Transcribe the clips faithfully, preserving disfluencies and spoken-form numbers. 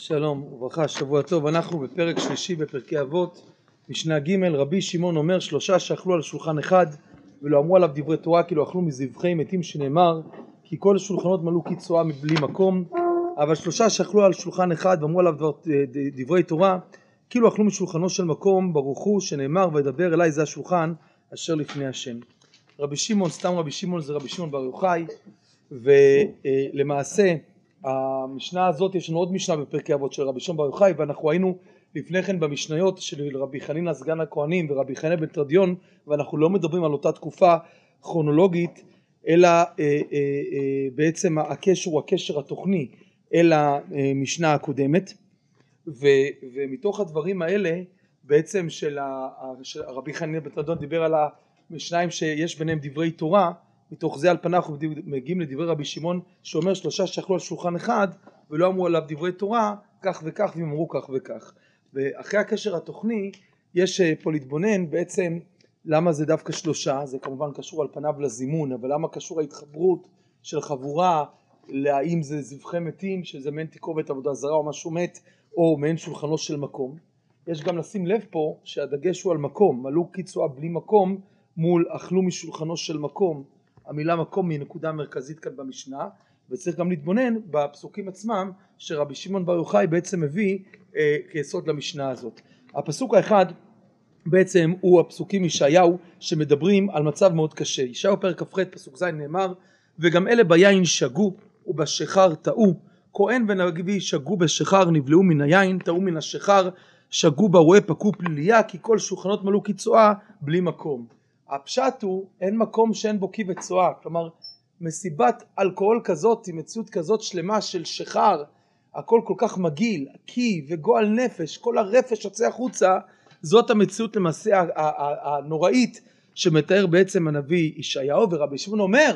שלום וברכה, שבוע טוב. אנחנו בפרק שלישי בפרקי אבות, משנה ג'. רבי שמעון אומר, שלושה שאכלו על שולחן אחד ולא אמרו עליו דברי תורה, כאילו אכלו מזבחי מתים, שנאמר כי כל השולחנות מלאו כצואה מבלי מקום. אבל שלושה שאכלו על שולחן אחד ואמרו עליו דבר, דברי תורה, כאילו אכלו משולחנו של מקום, ברוך הוא, שנאמר וידבר אליי זה השולחן אשר לפני השם. רבי שמעון, סתם רבי שמעון זה רבי שמעון בר יוחאי, ולמעשה המשנה הזאת, יש לנו עוד משנה בפרקי אבות של רבי שמעון בר יוחאי, ואנחנו היינו לפני כן במשניות של רבי חנינא סגן הכהנים ורבי חנינא בן תרדיון, ואנחנו לא מדברים על אותה תקופה כרונולוגית, אלא אה, אה, אה, בעצם הקשר הוא הקשר התוכני אל המשנה הקודמת. ו, ומתוך הדברים האלה בעצם של, ה, של רבי חנינא בן תרדיון דיבר על המשניים שיש ביניהם דברי תורה, מתוך זה על פניו אנחנו מגיעים לדברי רבי שמעון שאומר שלושה שאכלו על שולחן אחד ולא אמרו עליו דברי תורה כך וכך והם אמרו כך וכך. ואחרי הקשר התוכני יש פה להתבונן בעצם למה זה דווקא שלושה. זה כמובן קשור על פניו לזימון, אבל למה קשור ההתחברות של חבורה, להאם זה זבחי מתים שזה מעין תיקובת עבודה זרה או משהו מת, או מעין שולחנו של מקום. יש גם לשים לב פה שהדגש הוא על מקום, מלאו כצואה בלי מקום מול אכלו משולחנו של מקום. המילה מקום היא נקודה מרכזית כאן במשנה, וצריך גם להתבונן בפסוקים עצמם שרבי שמעון בר יוחאי בעצם מביא אה, כיסוד למשנה הזאת. הפסוק האחד בעצם הוא הפסוקים ישעיהו שמדברים על מצב מאוד קשה. ישעיהו פרק כ"ח פסוק ז' נאמר, וגם אלה ביין שגו ובשיכר טעו, כהן ונביא שגו בשיכר, נבלעו מן היין, טעו מן השיכר, שגו ברועה פקעו פליליה, כי כל שולחנות מלאו כצואה בלי מקום. הפשט הוא, אין מקום שאין בו קיא וצואה, כלומר מסיבת אלכוהול כזאת עם מציאות כזאת שלמה של שיכר, הכל כל כך מגעיל, קיא וגועל נפש, כל הרפש יוצא החוצה, זאת המציאות למעשה הנוראית שמתאר בעצם הנביא ישעיהו. ורבי שמעון אומר,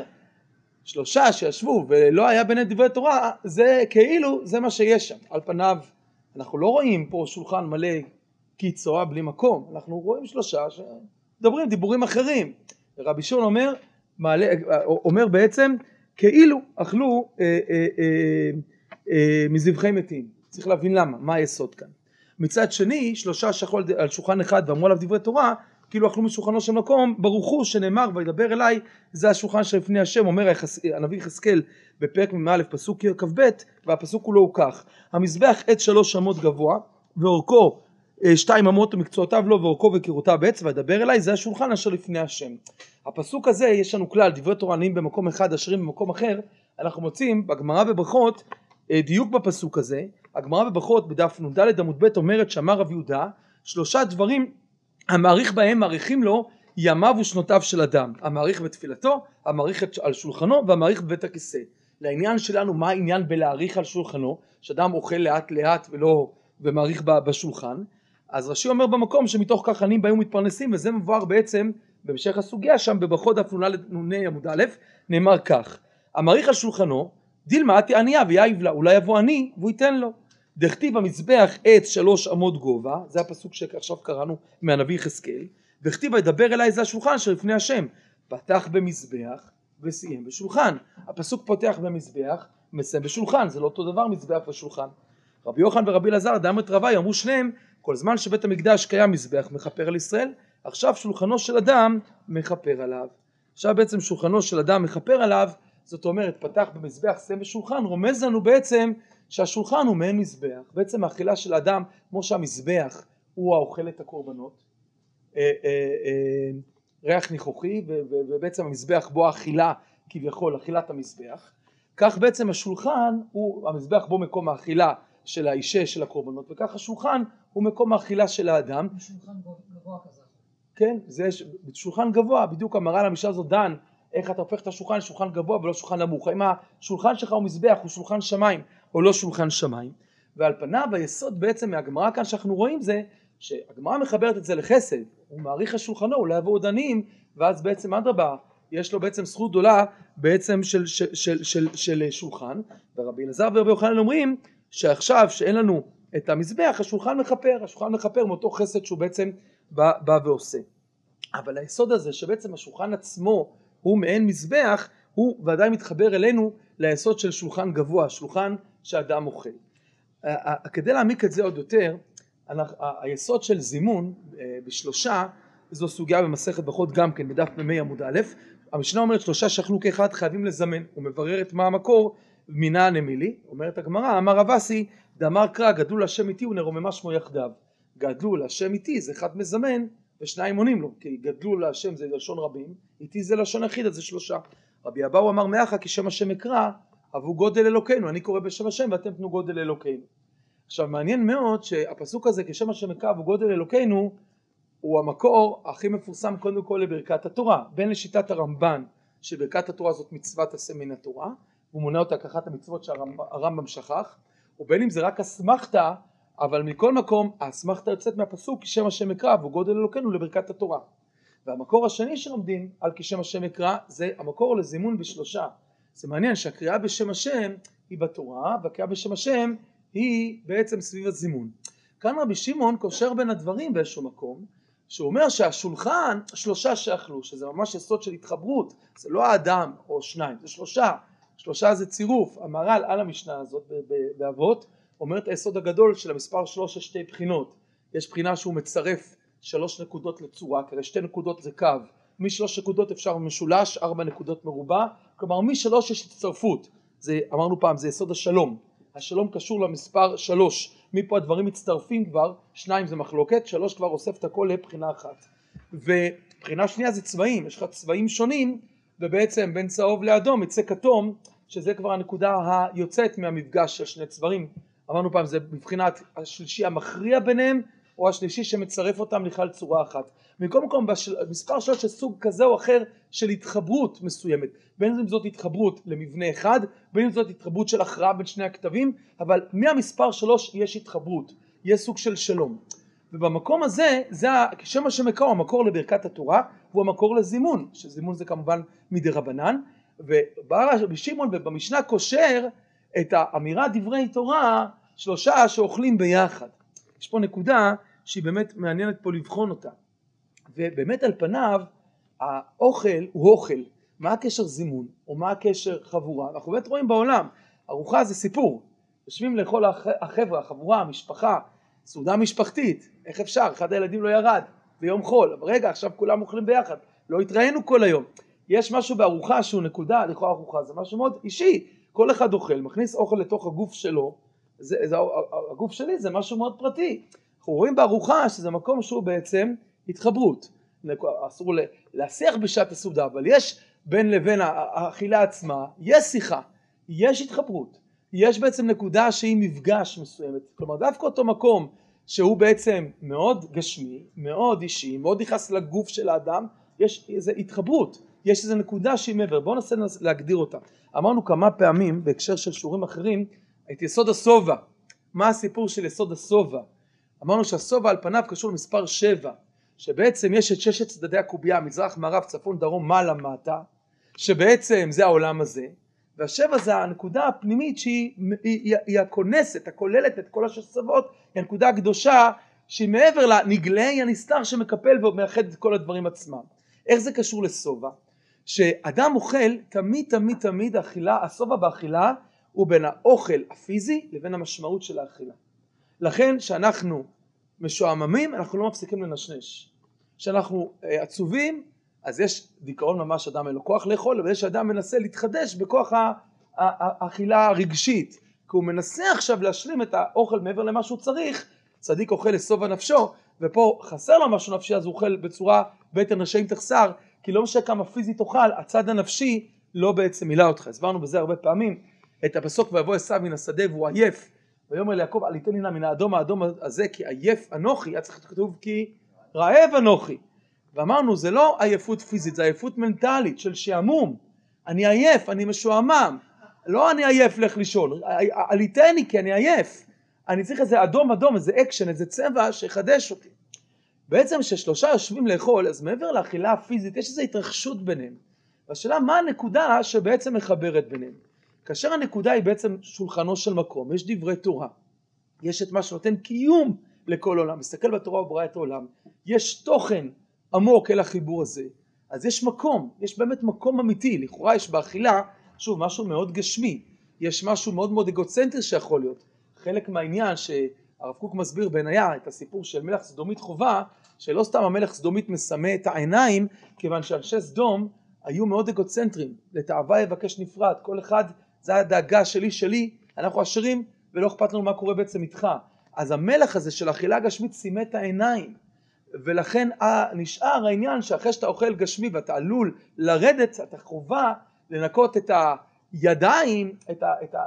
שלושה שישבו ולא היה ביניהם דברי תורה, זה כאילו זה מה שיש שם. על פניו אנחנו לא רואים פה שולחן מלא קיא צואה בלי מקום, אנחנו רואים שלושה ש... מדברים דיבורים אחרים. רבי שמעון אומר, מעלה, אומר בעצם כאילו אכלו אה, אה, אה, אה, מזבחי מתים. צריך להבין למה, מה היסוד כאן. מצד שני, שלושה שאכלו על שולחן אחד ואמרו עליו דברי תורה, כאילו אכלו משולחנו של מקום, ברוך הוא שנאמר וידבר אליי זה השולחן שלפני השם. אומר הנביא יחזקאל בפרק מ"א פסוק כ"ב, והפסוק כולו הוא כך: המזבח עץ שלוש אמות גבוה ואורכו שתיים אמות ומקצועותיו לו ואורכו וקירותיו בעץ, וידבר אליי זה השולחן אשר לפני השם. הפסוק הזה יש לנו כלל, דברי תורה נעים במקום אחד אשרים במקום אחר. אנחנו מוצאים בגמרא בברכות דיוק בפסוק הזה. הגמרא בברכות בדף נ"ד עמוד ב' אומרת שאמר רב יהודה, שלושה דברים המעריך בהם מעריכים לו ימיו ושנותיו של אדם: המעריך בתפילתו, המעריך על שולחנו, והמעריך בבית הכיסא. לעניין שלנו, מה העניין בלהעריך על שולחנו? שאדם אוכל לאט לאט ולא ומעריך בשולחן. אז רש"י אומר במקום שמתוך כך עניים באים ומתפרנסים, וזה מבואר בעצם בהמשך הסוגיה שם בברכות דף נ"ן עמוד א', נאמר כך: המעריך על שולחנו דילמה אתי ענייה ויאיב לה, אולי יבוא עני והוא ייתן לו. דכתיב המזבח עץ שלוש אמות גובה, זה הפסוק שעכשיו קראנו מהנביא יחזקאל, וכתיב וידבר אליי זה השולחן שלפני השם, פתח במזבח וסיים בשולחן. הפסוק פותח במזבח מסיים בשולחן, זה לא אותו דבר מזבח ושולחן. רבי יוחנן ורבי אלעזר דאמרי רבי אמרו שניהם, כל זמן שבית המקדש קיים מזבח מכפר על ישראל, עכשיו שולחנו של אדם מכפר עליו. עכשיו בעצם שולחנו של אדם מכפר עליו, זאת אומרת פתח במזבח סיים בשולחן, רומז לנו בעצם שהשולחן הוא מעין מזבח. בעצם האכילה של אדם, כמו שהמזבח הוא האוכל את הקורבנות, אה, אה, אה, ריח ניחוחי, ובעצם המזבח בו האכילה כביכול, אכילת המזבח, כך בעצם השולחן הוא המזבח בו מקום האכילה של האישה של הקורבנות, וכך השולחן הוא מקום האכילה של האדם. שולחן גבוה כזה. כן, זה שולחן גבוה, בדיוק המר"ל המשנה הזאת דן איך אתה הופך את השולחן לשולחן גבוה ולא שולחן נמוך, אם השולחן שלך הוא מזבח, הוא שולחן שמיים או לא שולחן שמיים. ועל פניו היסוד בעצם מהגמרא כאן שאנחנו רואים זה שהגמרא מחברת את זה לחסד, הוא מעריך השולחנו, הוא לא יבוא עוד עניים, ואז בעצם אדרבה יש לו בעצם זכות גדולה בעצם של, של, של, של, של שולחן. ורבי אלעזר ורבי יוחנן אומרים שעכשיו שאין לנו את המזבח, השולחן מכפר, השולחן מכפר מאותו חסד שהוא בעצם בא, בא ועושה. אבל היסוד הזה שבעצם השולחן עצמו הוא מעין מזבח, הוא ודאי מתחבר אלינו ליסוד של שולחן גבוה, שולחן שאדם אוכל. כדי להעמיק את זה עוד יותר, היסוד של זימון בשלושה, זו סוגיה במסכת ברכות גם כן בדף מ"ה עמוד א', המשנה אומרת שלושה שאכלו כאחד חייבים לזמן, הוא מברר את מה המקור מינה נמילי, אומרת הגמרא, אמר רב אסי דאמר קרא גדלו להשם איתי ונרוממה שמו יחדיו, גדלו להשם איתי זה אחד מזמן ושניים עונים לו, כי גדלו להשם זה לשון רבים, איתי זה לשון יחיד אז זה שלושה. רבי אבאו אמר מאחה כי שם השם אקרא אבו גודל אלוקינו, אני קורא בשם השם ואתם תנו גודל אלוקינו. עכשיו מעניין מאוד שהפסוק הזה כשם השם אקרא אבו גודל אלוקינו הוא המקור הכי מפורסם קודם כל לברכת התורה, בין לשיטת הרמב"ן שברכת התורה זאת מצוות עשה מן התורה, הוא מונה אותה כאחת המצוות שהרמב"ם שכח, ובין אם זה רק אסמכתא, אבל מכל מקום האסמכתא יוצאת מהפסוק כשם השם אקרא אבו גודל אלוקינו לברכת התורה. והמקור השני שלומדים על כשם השם אקרא זה המקור לזימון בשלושה. זה מעניין שהקריאה בשם השם היא בתורה והקריאה בשם השם היא בעצם סביב הזימון. כאן רבי שמעון קושר בין הדברים באיזשהו מקום, שהוא אומר שהשולחן שלושה שאכלו, שזה ממש יסוד של התחברות, זה לא האדם או שניים, זה שלושה, שלושה זה צירוף. המהר"ל על המשנה הזאת באבות אומר את היסוד הגדול של המספר שלוש שתי בחינות, יש בחינה שהוא מצרף שלוש נקודות לצורה, כי שתי נקודות זה קו, משלוש נקודות אפשר משולש, ארבע נקודות מרובע, כלומר משלוש יש הצטרפות, זה אמרנו פעם זה יסוד השלום, השלום קשור למספר שלוש, מפה הדברים מצטרפים כבר, שניים זה מחלוקת, שלוש כבר אוסף את הכל לבחינה אחת. ובחינה שנייה זה צבעים, יש לך צבעים שונים, ובעצם בין צהוב לאדום יצא כתום, שזה כבר הנקודה היוצאת מהמפגש של שני צבעים. אמרנו פעם זה מבחינת השלישי המכריע ביניהם, או השלישי שמצרף אותם לכלל צורה אחת. מכל מקום במספר שלוש יש סוג כזה או אחר של התחברות מסוימת, בין אם זאת התחברות למבנה אחד, בין אם זאת התחברות של הכרעה בין שני הכתבים, אבל מהמספר שלוש יש התחברות, יש סוג של שלום. ובמקום הזה, זה כשם השם אקרא, המקור לברכת התורה, הוא המקור לזימון, שזימון זה כמובן מדרבנן, ובא רבי שמעון ובמשנה קושר את האמירה דברי תורה, שלושה שאוכלים ביחד. יש פה נקודה שהיא באמת מעניינת פה לבחון אותה. ובאמת על פניו, האוכל הוא אוכל. מה הקשר זימון? או מה הקשר חבורה? אנחנו באמת רואים בעולם, ארוחה זה סיפור. יושבים לאכול החבר'ה, החבורה, המשפחה, סעודה משפחתית. איך אפשר? אחד הילדים לא ירד ביום חול. אבל רגע, עכשיו כולם אוכלים ביחד. לא התראינו כל היום. יש משהו בארוחה שהוא נקודה, לכאורה ארוחה, זה משהו מאוד אישי. כל אחד אוכל, מכניס אוכל לתוך הגוף שלו. זה, זה, הגוף שלי זה משהו מאוד פרטי. אנחנו רואים בארוחה שזה מקום שהוא בעצם התחברות. אסור להשיח בשעת הסעודה, אבל יש בין לבין האכילה עצמה, יש שיחה, יש התחברות, יש בעצם נקודה שהיא מפגש מסוימת. כלומר דווקא אותו מקום שהוא בעצם מאוד גשמי, מאוד אישי, מאוד נכנס לגוף של האדם, יש איזו התחברות, יש איזו נקודה שהיא מעבר. בואו ננסה להגדיר אותה. אמרנו כמה פעמים בהקשר של שיעורים אחרים את יסוד הסובה. מה הסיפור של יסוד הסובה? אמרנו שהסובה על פניו קשור למספר שבע, שבעצם יש את ששת צדדי הקובייה, מזרח, מערב, צפון, דרום, מעלה, מטה, שבעצם זה העולם הזה, והשבע זה הנקודה הפנימית שהיא היא, היא, היא הכונסת, הכוללת את כל השסבות, היא הנקודה הקדושה שהיא מעבר לנגלי הנסתר שמקפל ומאחד את כל הדברים עצמם. איך זה קשור לסובה? שאדם אוכל תמיד תמיד תמיד האכילה, הסובה באכילה הוא בין האוכל הפיזי לבין המשמעות של האכילה. לכן שאנחנו משועממים אנחנו לא מפסיקים לנשנש. כשאנחנו עצובים אז יש דיכאון ממש, אדם אין לו כוח לאכול, אבל יש אדם מנסה להתחדש בכוח האכילה הרגשית, כי הוא מנסה עכשיו להשלים את האוכל מעבר למה שהוא צריך. צדיק אוכל לסובה נפשו, ופה חסר לו משהו נפשי אז הוא אוכל בצורה בטן רשעים תחסר, כי לא משנה כמה פיזית תאכל, הצד הנפשי לא בעצם מילא אותך. הסברנו בזה הרבה פעמים את הפסוק ויבוא עשיו מן השדה והוא עייף, ויאמר ליעקב אל תיתן לי נא מן האדום האדום הזה כי עייף אנוכי, היה צריך לכתוב כי רעב אנוכי. ואמרנו זה לא עייפות פיזית, זה עייפות מנטלית של שעמום. אני עייף, אני משועמם, לא אני עייף לך לישון, עליתני כי אני עייף, אני צריך איזה אדום אדום, איזה אקשן, איזה צבע שיחדש אותי. בעצם ששלושה יושבים לאכול, אז מעבר לאכילה הפיזית יש איזו התרחשות ביניהם. והשאלה מה הנקודה שבעצם מחברת ביניהם? כאשר הנקודה היא בעצם שולחנו של מקום, יש דברי תורה, יש את מה שנותן קיום לכל עולם, מסתכל בתורה וברא את העולם, יש תוכן עמוק אל החיבור הזה, אז יש מקום, יש באמת מקום אמיתי. לכאורה יש באכילה, שוב, משהו מאוד גשמי, יש משהו מאוד מאוד אגוצנטרי שיכול להיות, חלק מהעניין שהרב קוק מסביר בעינייה את הסיפור של מלך סדומית חובה, שלא סתם המלך סדומית מסמא את העיניים, כיוון שאנשי סדום היו מאוד אגוצנטרים, לתאווה יבקש נפרד, כל אחד זה הדאגה שלי שלי, אנחנו עשירים ולא אכפת לנו מה קורה בעצם איתך. אז המלך הזה של אכילה גשמית סימא את העיניים, ולכן נשאר העניין שאחרי שאתה אוכל גשמי ואתה עלול לרדת, אתה חובה לנקות את הידיים, את ה... את ה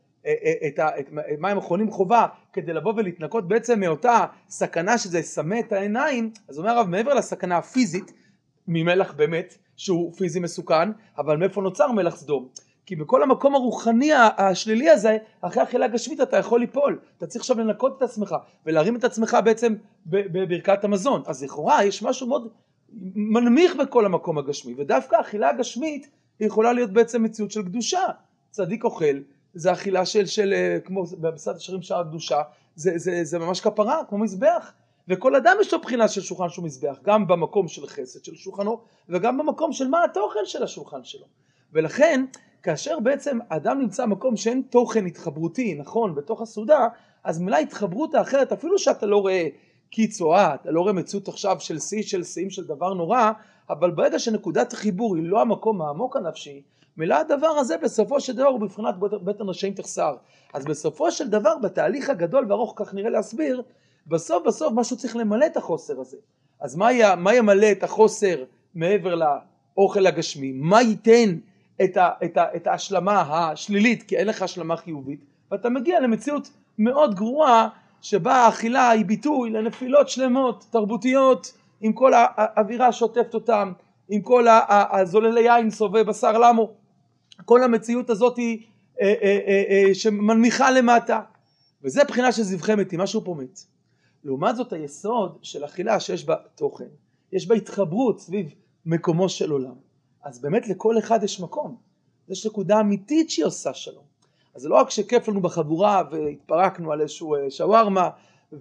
את מים אחרונים חובה, כדי לבוא ולהתנקות בעצם מאותה סכנה שזה יסמא את העיניים. אז אומר הרב, מעבר לסכנה הפיזית ממלך באמת שהוא פיזי מסוכן, אבל מאיפה נוצר מלך סדום? כי בכל המקום הרוחני השלילי הזה, אחרי אכילה גשמית אתה יכול ליפול, אתה צריך עכשיו לנקות את עצמך ולהרים את עצמך בעצם בברכת המזון. אז לכאורה יש משהו מאוד מנמיך בכל המקום הגשמי, ודווקא אכילה הגשמית היא יכולה להיות בעצם מציאות של קדושה. צדיק אוכל זה אכילה של, של כמו בסד השרים שער הקדושה, זה, זה, זה ממש כפרה, כמו מזבח. וכל אדם יש לו בחינה של שולחן שהוא מזבח, גם במקום של חסד של שולחנו, וגם במקום של מה התוכן של השולחן שלו. ולכן, כאשר בעצם אדם נמצא במקום שאין תוכן התחברותי, נכון, בתוך הסעודה, אז מילה התחברות האחרת, אפילו שאתה לא רואה קיצואה, אתה לא רואה מציאות עכשיו של שיא של שיאים של דבר נורא, אבל ברגע שנקודת החיבור היא לא המקום העמוק הנפשי, מילה הדבר הזה בסופו של דבר הוא בבחינת בטן רשעים תחסר. אז בסופו של דבר בתהליך הגדול וארוך, כך נראה להסביר, בסוף בסוף משהו צריך למלא את החוסר הזה. אז מה, י, מה ימלא את החוסר מעבר לאוכל הגשמי? מה ייתן את, ה, את, ה, את ההשלמה השלילית, כי אין לך השלמה חיובית, ואתה מגיע למציאות מאוד גרועה שבה האכילה היא ביטוי לנפילות שלמות תרבותיות, עם כל האווירה שוטפת אותם, עם כל הזוללי יין סובב בשר למו, כל המציאות הזאת היא אה, אה, אה, אה, שמנמיכה למטה, וזה בחינה של זבחי מתים, משהו פה מת. לעומת זאת היסוד של אכילה שיש בה תוכן, יש בה התחברות סביב מקומו של עולם, אז באמת לכל אחד יש מקום, יש נקודה אמיתית שהיא עושה שלום. אז זה לא רק שכיף לנו בחבורה והתפרקנו על איזשהו שווארמה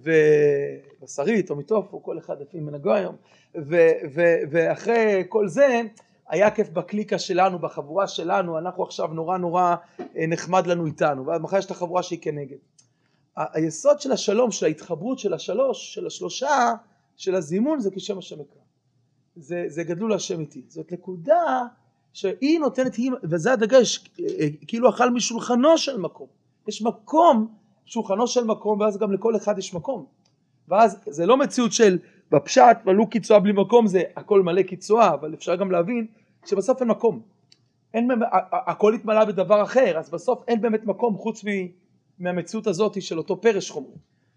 ובשרית או מיטוף או כל אחד לפי מנהגו היום, ו- ו- ואחרי כל זה היה כיף בקליקה שלנו, בחבורה שלנו, אנחנו עכשיו נורא נורא נחמד לנו איתנו, ומחר יש את החבורה שהיא כנגד. היסוד של השלום, של ההתחברות של השלוש, של השלושה, של הזימון, זה כשם השם יקרא. זה, זה גדלו להשם איתי. זאת נקודה שהיא נותנת, וזה הדגש, כאילו אכל משולחנו של מקום. יש מקום, שולחנו של מקום, ואז גם לכל אחד יש מקום. ואז זה לא מציאות של בפשט, מלאו קיצואה בלי מקום, זה הכל מלא קיצואה, אבל אפשר גם להבין שבסוף אין מקום. אין, הכל התמלא בדבר אחר, אז בסוף אין באמת מקום חוץ מהמציאות הזאת של אותו פרש חומרי.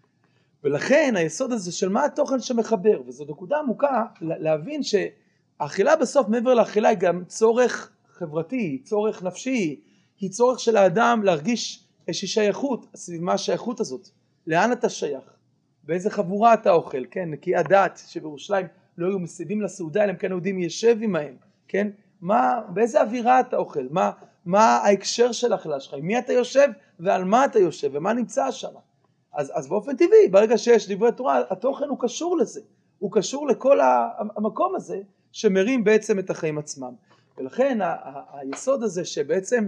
ולכן היסוד הזה של מה התוכן שמחבר, וזו נקודה עמוקה להבין שהאכילה בסוף מעבר לאכילה היא גם צורך חברתי, צורך נפשי, היא צורך של האדם להרגיש איזושהי שייכות, סביב מה השייכות הזאת, לאן אתה שייך, באיזה חבורה אתה אוכל, כן, נקי הדת שבירושלים לא היו מסעידים לסעודה, אלא הם כן יודעים ישב עמהם, כן, מה, באיזה אווירה אתה אוכל, מה, מה ההקשר של האכילה שלך, עם מי אתה יושב ועל מה אתה יושב ומה נמצא שם. אז, אז באופן טבעי, ברגע שיש דברי תורה, התוכן הוא קשור לזה, הוא קשור לכל המקום הזה שמרים בעצם את החיים עצמם. ולכן ה- ה- היסוד הזה שבעצם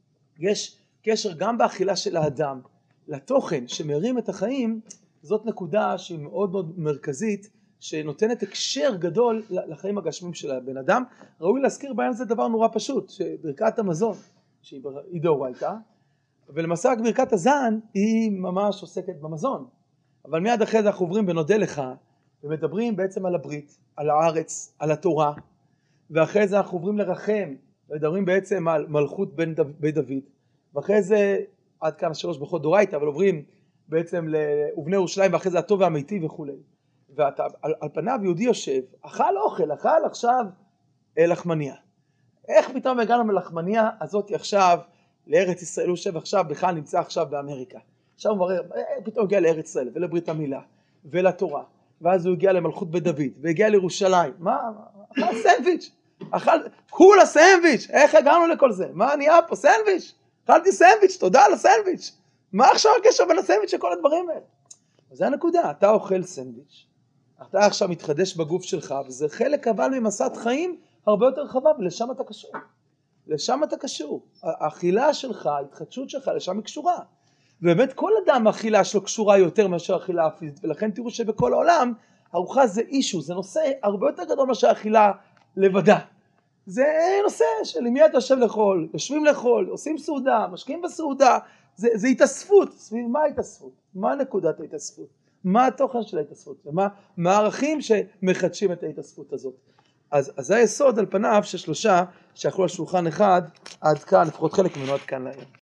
יש קשר גם באכילה של האדם לתוכן שמרים את החיים, זאת נקודה שהיא מאוד מאוד מרכזית, שנותנת הקשר גדול לחיים הגשמיים של הבן אדם. ראוי להזכיר בעניין הזה דבר נורא פשוט, שברכת המזון, שהיא דאורייתא, ולמעשה רק ברכת הזן היא ממש עוסקת במזון. אבל מיד אחרי זה אנחנו עוברים בנודה לך, ומדברים בעצם על הברית, על הארץ, על התורה, ואחרי זה אנחנו עוברים לרחם, ומדברים בעצם על מלכות בן בית דוד, ואחרי זה עד כאן שלוש ברכות דאורייתא, אבל עוברים בעצם לבני ירושלים, ואחרי זה הטוב והמיטיב וכו'. ועל על פניו יהודי יושב, אכל אוכל, אכל עכשיו לחמניה. איך פתאום הגענו מלחמניה הזאת עכשיו לארץ ישראל? הוא יושב עכשיו, בכלל נמצא עכשיו באמריקה. עכשיו הוא מראה, פתאום הגיע לארץ ישראל ולברית המילה ולתורה, ואז הוא הגיע למלכות בית דוד והגיע לירושלים. מה? אכל סנדוויץ', אכל כולה סנדוויץ'. איך הגענו לכל זה? מה נהיה פה? סנדוויץ', אכלתי סנדוויץ', תודה על הסנדוויץ'. מה עכשיו הקשר בין הסנדוויץ' של כל הדברים האלה? אז זה הנקודה, אתה אוכל סנדוויץ', אתה עכשיו מתחדש בגוף שלך, וזה חלק אבל ממסעת חיים הרבה יותר רחבה, ולשם אתה קשור. לשם אתה קשור. האכילה שלך, ההתחדשות שלך, לשם היא קשורה. ובאמת כל אדם האכילה שלו קשורה יותר מאשר אכילה הפיזית, ולכן תראו שבכל העולם ארוחה זה אישו, זה נושא הרבה יותר גדול מאשר אכילה לבדה. זה נושא של עם מי אתה יושב לאכול, יושבים לאכול, עושים סעודה, משקיעים בסעודה, זה, זה התאספות. סביב מה ההתאספות? מה נקודת ההתאספות? מה התוכן של ההתאספות? ומה, מה הערכים שמחדשים את ההתאספות הזאת? אז, אז זה היסוד על פניו של שלושה שאכלו על שולחן אחד עד כאן, לפחות חלק ממנו עד כאן להיום.